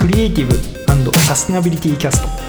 クリエイティブ&サステナビリティキャスト。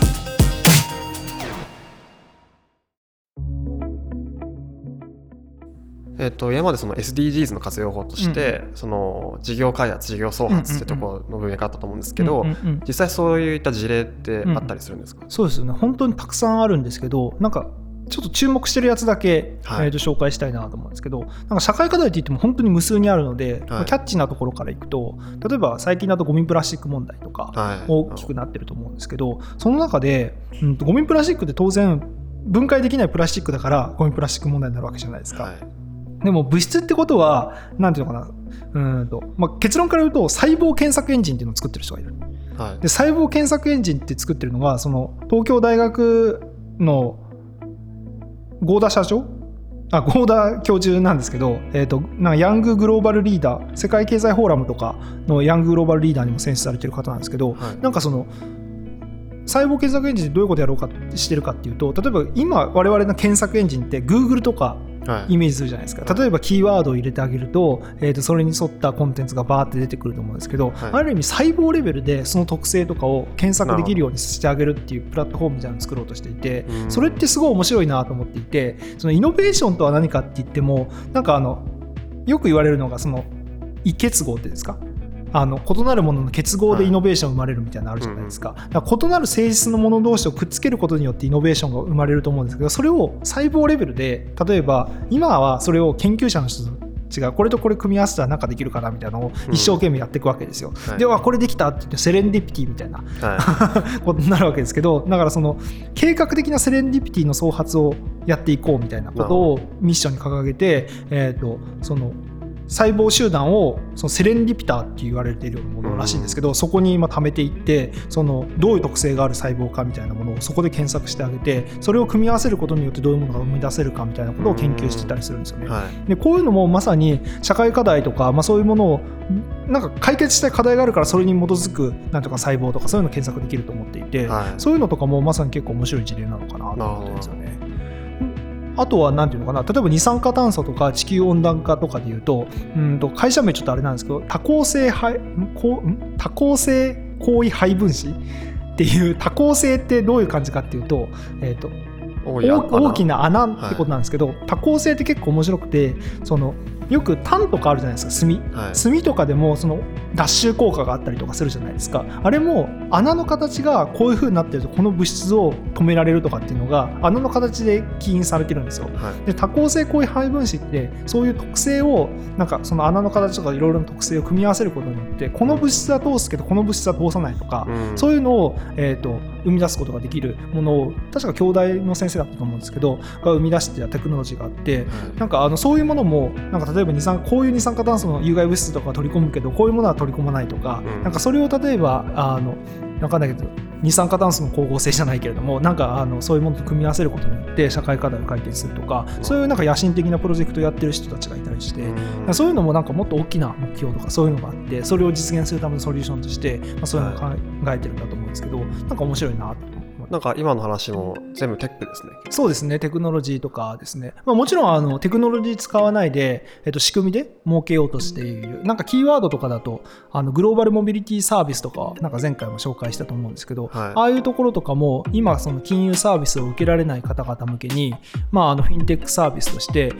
今までその SDGs の活用法として、その事業開発事業創発ってところの分野があったと思うんですけど、実際そういった事例ってあったりするんですか？ そうですよね、本当にたくさんあるんですけど、なんかちょっと注目してるやつだけ、紹介したいなと思うんですけど、なんか社会課題って言っても本当に無数にあるので、キャッチーなところからいくと、例えば最近だとゴミプラスチック問題とか大きくなってると思うんですけど、その中で、ゴミプラスチックって当然分解できないプラスチックだからゴミプラスチック問題になるわけじゃないですか。でも物質ってことはなんていうのかな、結論から言うと細胞検索エンジンっていうのを作ってる人がいる、で細胞検索エンジンって作ってるのがその東京大学の合田教授なんですけど、なんかヤンググローバルリーダー、世界経済フォーラムとかのヤンググローバルリーダーにも選出されてる方なんですけど、なんかその細胞検索エンジンってどういうことやろうかしてるかっていうと、例えば今我々の検索エンジンって Google とかイメージするじゃないですか。例えばキーワードを入れてあげると、それに沿ったコンテンツがバーって出てくると思うんですけど、ある意味細胞レベルでその特性とかを検索できるようにしてあげるっていうプラットフォームみたいなのを作ろうとしていて、それってすごい面白いなと思っていて、そのイノベーションとは何かって言っても、なんかよく言われるのがその異結合っていうんですか、異なるものの結合でイノベーションが生まれるみたいなのあるじゃないですか。だから異なる性質のもの同士をくっつけることによってイノベーションが生まれると思うんですけど、それを細胞レベルで、例えば今はそれを研究者の人と違うこれとこれ組み合わせたら何かできるかなみたいなのを一生懸命やっていくわけですよ。ではこれできたって言ってセレンディピティみたいな、ことになるわけですけど、だからその計画的なセレンディピティの創発をやっていこうみたいなことをミッションに掲げて、その細胞集団をそのセレンディピターって言われているものらしいんですけど、そこに貯めていって、そのどういう特性がある細胞かみたいなものをそこで検索してあげて、それを組み合わせることによってどういうものが生み出せるかみたいなことを研究してたりするんですよね。でこういうのもまさに社会課題とか、そういうものをなんか解決したい課題があるから、それに基づくなんとか細胞とかそういうのを検索できると思っていて、そういうのとかもまさに結構面白い事例なのかなと思ってるんですよね。あとはなんていうのかな、例えば二酸化炭素とか地球温暖化とかでいうと、会社名ちょっとあれなんですけど、多項性高位配分子っていう、多項性ってどういう感じかっていうと、大きな穴ってことなんですけど、多項性って結構面白くて、そのよく炭とかあるじゃないですか、炭とかでもその脱臭効果があったりとかするじゃないですか。あれも穴の形がこういう風になってるとこの物質を止められるとかっていうのが穴の形で起因されてるんですよ。で多項性高位配分子ってそういう特性をなんかその穴の形とかいろいろな特性を組み合わせることによって、この物質は通すけどこの物質は通さないとか、そういうのを、生み出すことができるものを、確か京大の先生だったと思うんですけどが生み出してたテクノロジーがあって、なんかそういうものもなんか例えばこういう二酸化炭素の有害物質とか取り込むけどこういうものは取り込まないとか、なんかそれを例えば分かんないけど二酸化炭素の光合成じゃないけれども、なんかそういうものと組み合わせることによって社会課題を解決するとか、そういうなんか野心的なプロジェクトをやってる人たちがいたりして、そういうのもなんかもっと大きな目標とかそういうのがあって、それを実現するためのソリューションとして、そういうのを考えてるんだと思うんですけど、なんか面白いなと。 なんか今の話も全部テックですね。 そうですね、テクノロジーとかですね。もちろんテクノロジー使わないで、仕組みで儲けようとしている。なんかキーワードとかだとグローバルモビリティサービスとかなんか前回も紹介したと思うんですけど、ああいうところとかも今その金融サービスを受けられない方々向けに、フィンテックサービスとして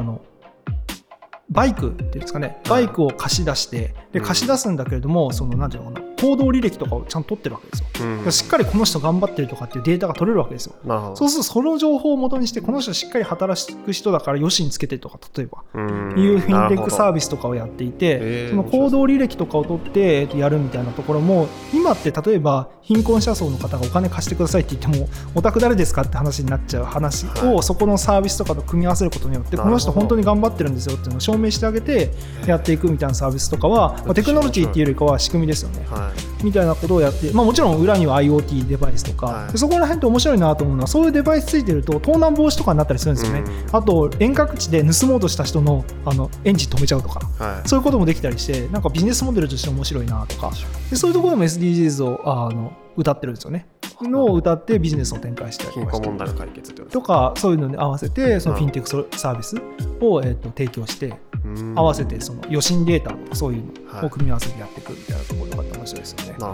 バイクっていうんですかね、バイクを貸し出して、で貸し出すんだけれども、そのなんていうのかな、行動履歴とかをちゃんと取ってるわけですよ。しっかりこの人頑張ってるとかっていうデータが取れるわけですよ。そうするとその情報を元にして、この人しっかり働く人だからよしにつけてとか、例えばいうフィンテックサービスとかをやっていて、その行動履歴とかを取ってやるみたいなところも、今って例えば貧困者層の方がお金貸してくださいって言っても、お宅誰ですかって話になっちゃう話を、そこのサービスとかと組み合わせることによって、この人本当に頑張ってるんですよっていうのを証明してあげてやっていくみたいなサービスとかは、テクノロジーっていうよりかは仕組みですよね、みたいなことをやって、もちろん裏には IoT デバイスとか、そこら辺って面白いなと思うのは、そういうデバイスついてると盗難防止とかになったりするんですよね。あと遠隔地で盗もうとした人のエンジン止めちゃうとか、そういうこともできたりして、なんかビジネスモデルとして面白いなとか、でそういうところでも SDGs を歌ってるんですよね。のを歌ってビジネスを展開したり貧困問題の解決とか、そういうのに合わせてそのフィンテックサービスを提供して、合わせてその予診データとかそういうのを組み合わせてやっていくみたいなところが面白いですよね。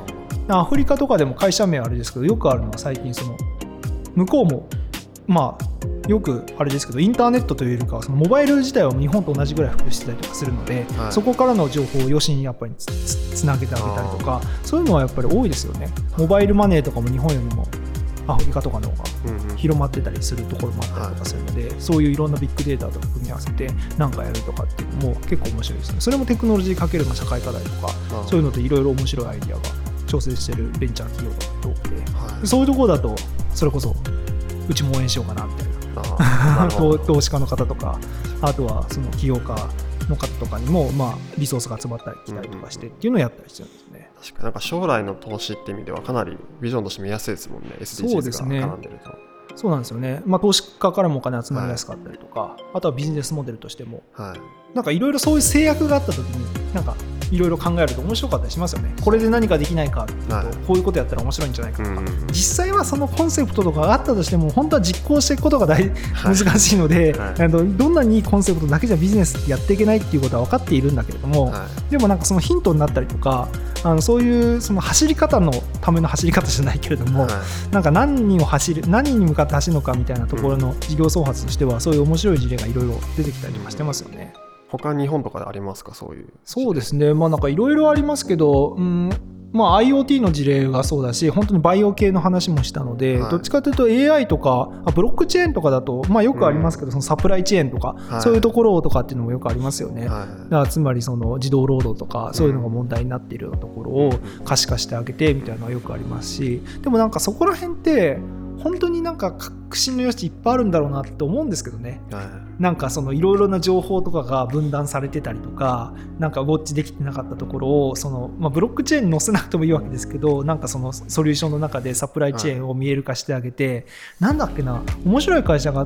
アフリカとかでも会社名はあれですけど、よくあるのは最近その向こうもまあよくあれですけど、インターネットというよりかはそのモバイル自体は日本と同じぐらい普及してたりとかするので、はい、そこからの情報を余震にやっぱりつなげてあげたりとか、そういうのはやっぱり多いですよね。モバイルマネーとかも日本よりもアフリカとかの方が広まってたりするところもあったりとかするので、そういういろんなビッグデータと組み合わせて何かやるとかっていうのも結構面白いですね。それもテクノロジーかける社会課題とか、そういうのでいろいろ面白いアイディアが調整してるベンチャー企業とか多くて、はい、そういうところだとそれこそうちも応援しようかなみたいな投資家の方とか、あとはその起業家の方とかにもまあリソースが集まったり来たりとかしてっていうのをやったりしてるんですね。 確かになんか将来の投資って意味ではかなりビジョンとして見やすいですもんね。 SDGs が絡んでると。 そうなんですよね。まあ、投資家からもお金集まりやすかったりとか、はい、あとはビジネスモデルとしても、はい、なんかいろいろそういう制約があった時になんかいろいろ考えると面白かったりしますよね。これで何かできないかっていうと、はい、こういうことやったら面白いんじゃないかとか、実際はそのコンセプトとかがあったとしても本当は実行していくことが難しいので、はい、どんなにいいコンセプトだけじゃビジネスってやっていけないっていうことは分かっているんだけれども、はい、でもなんかそのヒントになったりとか、そういうその走り方のための走り方じゃないけれども、はい、なんか何に向かって走るのかみたいなところの事業創発としては、そういう面白い事例がいろいろ出てきたりとかしてますよね。 他日本とかでありますか、そういう。 そうですね、まあなんかいろいろありますけど、まあ、IoT の事例がそうだし、本当にバイオ系の話もしたので、はい、どっちかというと AI とかブロックチェーンとかだと、まあ、よくありますけど、そのサプライチェーンとか、はい、そういうところとかっていうのもよくありますよね。はい、だからつまりその自動労働とかそういうのが問題になっているようなところを可視化してあげてみたいなのはよくありますし、でもなんかそこら辺って本当になんか革新の余地いっぱいあるんだろうなって思うんですけどね。はい、なんかそのいろいろな情報とかが分断されてたりとか、なんかウォッチできてなかったところをその、まあ、ブロックチェーンに載せなくてもいいわけですけど、なんかそのソリューションの中でサプライチェーンを見える化してあげて、はい、なんだっけな、面白い会社があって、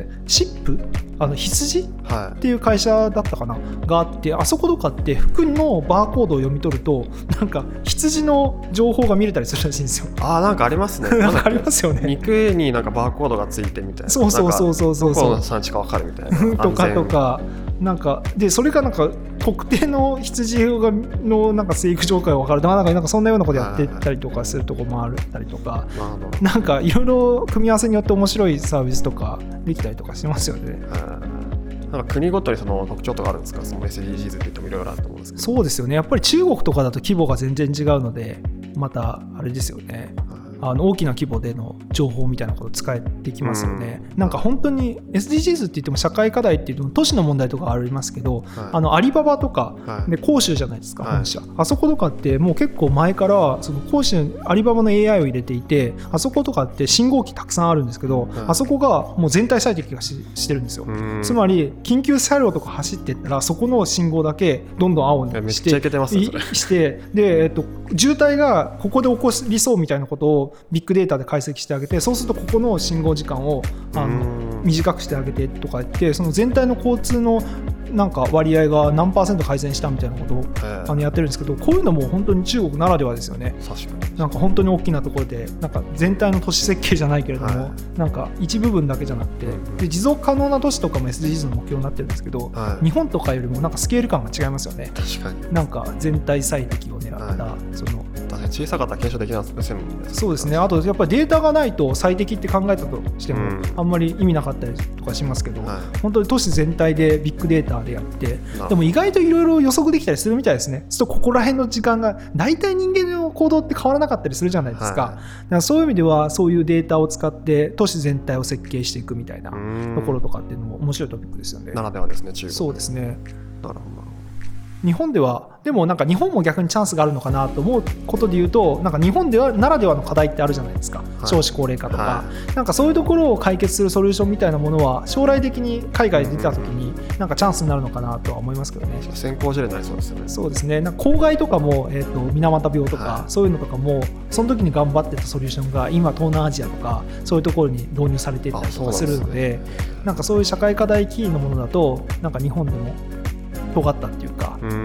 シップ羊っていう会社だったかな、があって、あそことかって服のバーコードを読み取るとなんか羊の情報が見れたりするらしいんですよ。 なんかありますね。 なんかありますよね。 肉になんかバーコードがついてみたいな。 そうどこの産地か分かるみたいなとかなんかで、それがなんか特定の羊のなんか生育状態が分かるとか、なんかそんなようなことやってたりとかするとこもあったりとか、なんかいろいろ組み合わせによって面白いサービスとかできたりとかしますよね。 なんか国ごとにその特徴とかあるんですか。その SDGs って言ってもいろいろあると思うんですけど。 そうですよね。やっぱり中国とかだと規模が全然違うので、またあれですよね。大きな規模での情報みたいなこと使えてきますよね。なんか本当に SDGs って言っても社会課題っていうと都市の問題とかありますけど、アリババとかで広州じゃないですか、本社。あそことかってもう結構前からその広州アリババの AI を入れていて、あそことかって信号機たくさんあるんですけど、あそこがもう全体最適化してるんですよ。つまり緊急車両とか走っていったらそこの信号だけどんどん青にして、 めっちゃイケてますね、 それで、渋滞がここで起こりそうみたいなことをビッグデータで解析してあげて、そうするとここの信号時間を短くしてあげてとか言って、その全体の交通のなんか割合が何%改善したみたいなことをやってるんですけど、こういうのも本当に中国ならではですよね。確かになんか本当に大きなところでなんか全体の都市設計じゃないけれども、なんか一部分だけじゃなくて、で持続可能な都市とかも SDGs の目標になってるんですけど、日本とかよりもなんかスケール感が違いますよね。 確かになんか全体最適を狙った、その小さかったら検証できないですね。 そうですね。あとやっぱりデータがないと最適って考えたとしてもあんまり意味なかったりとかしますけど、本当に都市全体でビッグデータでやって、でも意外といろいろ予測できたりするみたいですね。そうするとここら辺の時間が大体人間の行動って変わらなかったりするじゃないですか。だからそういう意味ではそういうデータを使って都市全体を設計していくみたいなところとかっていうのも面白いトピックですよね。 ならではですね、中国。 そうですね。 なるほど。 日本ではでもなんか日本も逆にチャンスがあるのかなと思うことで言うと、なんか日本ではならではの課題ってあるじゃないですか、少子高齢化とか、なんかそういうところを解決するソリューションみたいなものは将来的に海外で出た時になんかチャンスになるのかなとは思いますけどね。 先行事例になりそうですよね。 そうですね。なんか公害とかも、水俣病とか、そういうのとかもその時に頑張ってたソリューションが今東南アジアとかそういうところに導入されていったりとかするので、なんかそういう社会課題キーのものだとなんか日本でも尖ったっていうか、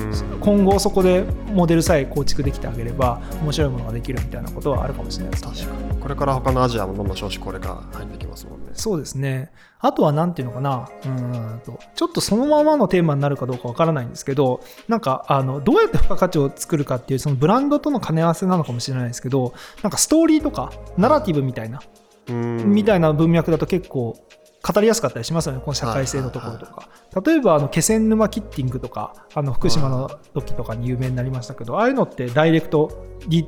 今後そこでモデルさえ構築できてあげれば面白いものができるみたいなことはあるかもしれないですね。 確かにこれから他のアジアもどんどん少子高齢化入ってきますもんね。 そうですね。あとはなんていうのかな、ちょっとそのままのテーマになるかどうかわからないんですけど、なんかどうやって付加価値を作るかっていうそのブランドとの兼ね合わせなのかもしれないですけど、なんかストーリーとかナラティブみたいな文脈だと結構語りやすかったりしますよね、この社会性のところとか。例えば気仙沼キッティングとか福島の時とかに有名になりましたけど、ああいうのってダイレクト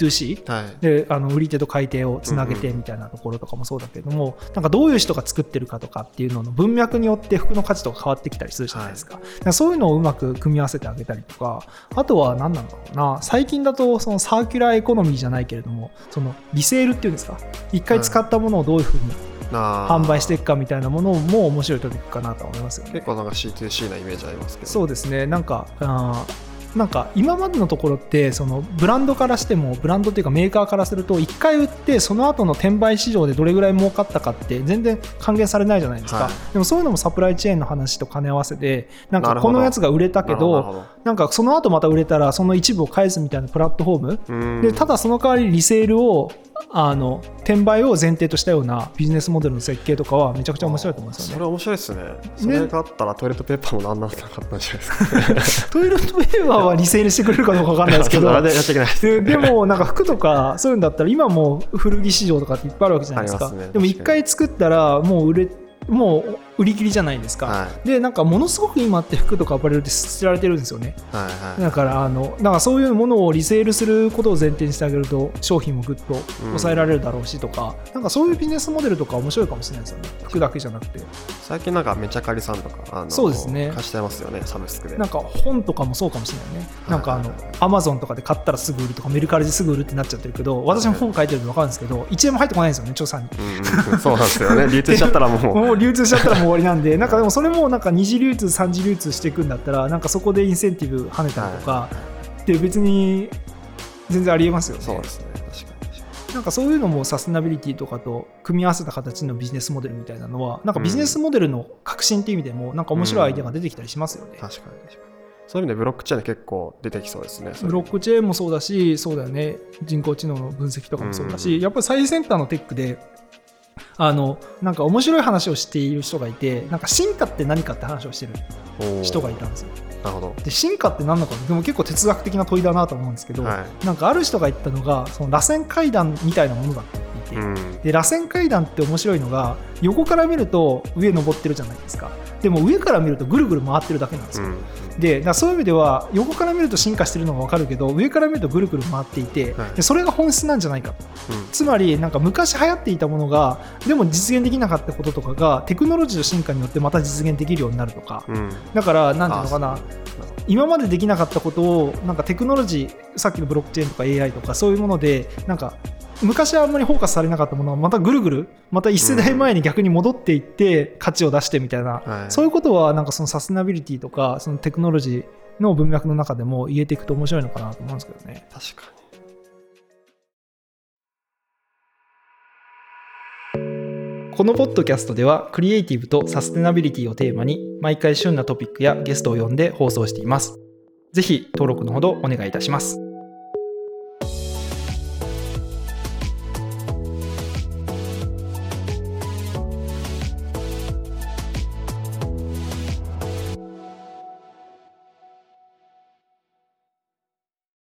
D2C で売り手と買い手をつなげてみたいなところとかもそうだけれども、なんかどういう人が作ってるかとかっていうのの文脈によって服の価値とか変わってきたりするじゃないですか。そういうのをうまく組み合わせてあげたりとか、あとは何なんだろうな、最近だとそのサーキュラーエコノミーじゃないけれども、そのリセールっていうんですか、一回使ったものをどういうふうに販売していくかみたいなものも面白いトピックかなと思いますよね。 結構なんか C2C なイメージありますけど。 そうですね。なんか今までのところってそのブランドからしても、ブランドっていうかメーカーからすると1回売ってその後の転売市場でどれぐらい儲かったかって全然還元されないじゃないですか、でもそういうのもサプライチェーンの話と兼ね合わせで、なんかこのやつが売れたけどなんかその後また売れたらその一部を返すみたいなプラットフォームで、ただその代わりリセールを転売を前提としたようなビジネスモデルの設計とかはめちゃくちゃ面白いと思うんですよね。 それ面白いですね。それがあったらトイレットペーパーもなんなかったんじゃないですか。 トイレットペーパーはリセールしてくれるかどうか分かんないですけどでもなんか服とかそういうんだったら今も古着市場とかっていっぱいあるわけじゃないですか。でも1回作ったらもう売り切りじゃないですか、でなんかものすごく今って服とかアパレルって知られてるんですよね、だからなんかそういうものをリセールすることを前提にしてあげると商品もぐっと抑えられるだろうしとか、なんかそういうビジネスモデルとか面白いかもしれないですよね、服だけじゃなくて。 最近なんかめちゃかりさんとかそうですね、 貸してますよね、サブスクで。 なんか本とかもそうかもしれないね、なんかアマゾンとかで買ったらすぐ売るとかメルカリですぐ売るってなっちゃってるけど、私も本書いてるの分かるんですけど1円も入ってこないんですよね、著者に。 そうなんですよね。流通しちゃったらもう流通しちゃったらもう終わりなんで、なんかでもそれもなんか二次流通三次流通していくんだったら、なんかそこでインセンティブ跳ねたりとかって別に全然ありえますよね。 そうですね、確かに。 なんかそういうのもサステナビリティとかと組み合わせた形のビジネスモデルみたいなのは、なんかビジネスモデルの革新っていう意味でもなんか面白いアイデアが出てきたりしますよね。 確かに。そういう意味でブロックチェーン結構出てきそうですね。 ブロックチェーンもそうだし、そうだよね、人工知能の分析とかもそうだし、やっぱり最先端のテックでなんか面白い話をしている人がいて、なんか進化って何かって話をしてる人がいたんですよ。 なるほど。 で進化って何なのか、でも結構哲学的な問いだなと思うんですけど、なんかある人が言ったのがその螺旋階段みたいなものだって言っていて、で螺旋階段って面白いのが横から見ると上登ってるじゃないですか。でも上から見るとぐるぐる回ってるだけなんですよ、でだからそういう意味では横から見ると進化してるのが分かるけど上から見るとぐるぐる回っていて、でそれが本質なんじゃないかと、つまりなんか昔流行っていたものがでも実現できなかったこととかがテクノロジーの進化によってまた実現できるようになるとか、だからなんていうのかな、今までできなかったことをなんかテクノロジー、さっきのブロックチェーンとか AI とかそういうものでなんか昔はあんまりフォーカスされなかったものはまたぐるぐるまた一世代前に逆に戻っていって価値を出してみたいな、そういうことはなんかそのサステナビリティとかそのテクノロジーの文脈の中でも言えていくと面白いのかなと思うんですけどね。 確かに。このポッドキャストではクリエイティブとサステナビリティをテーマに毎回旬なトピックやゲストを呼んで放送しています。ぜひ登録のほどお願いいたします。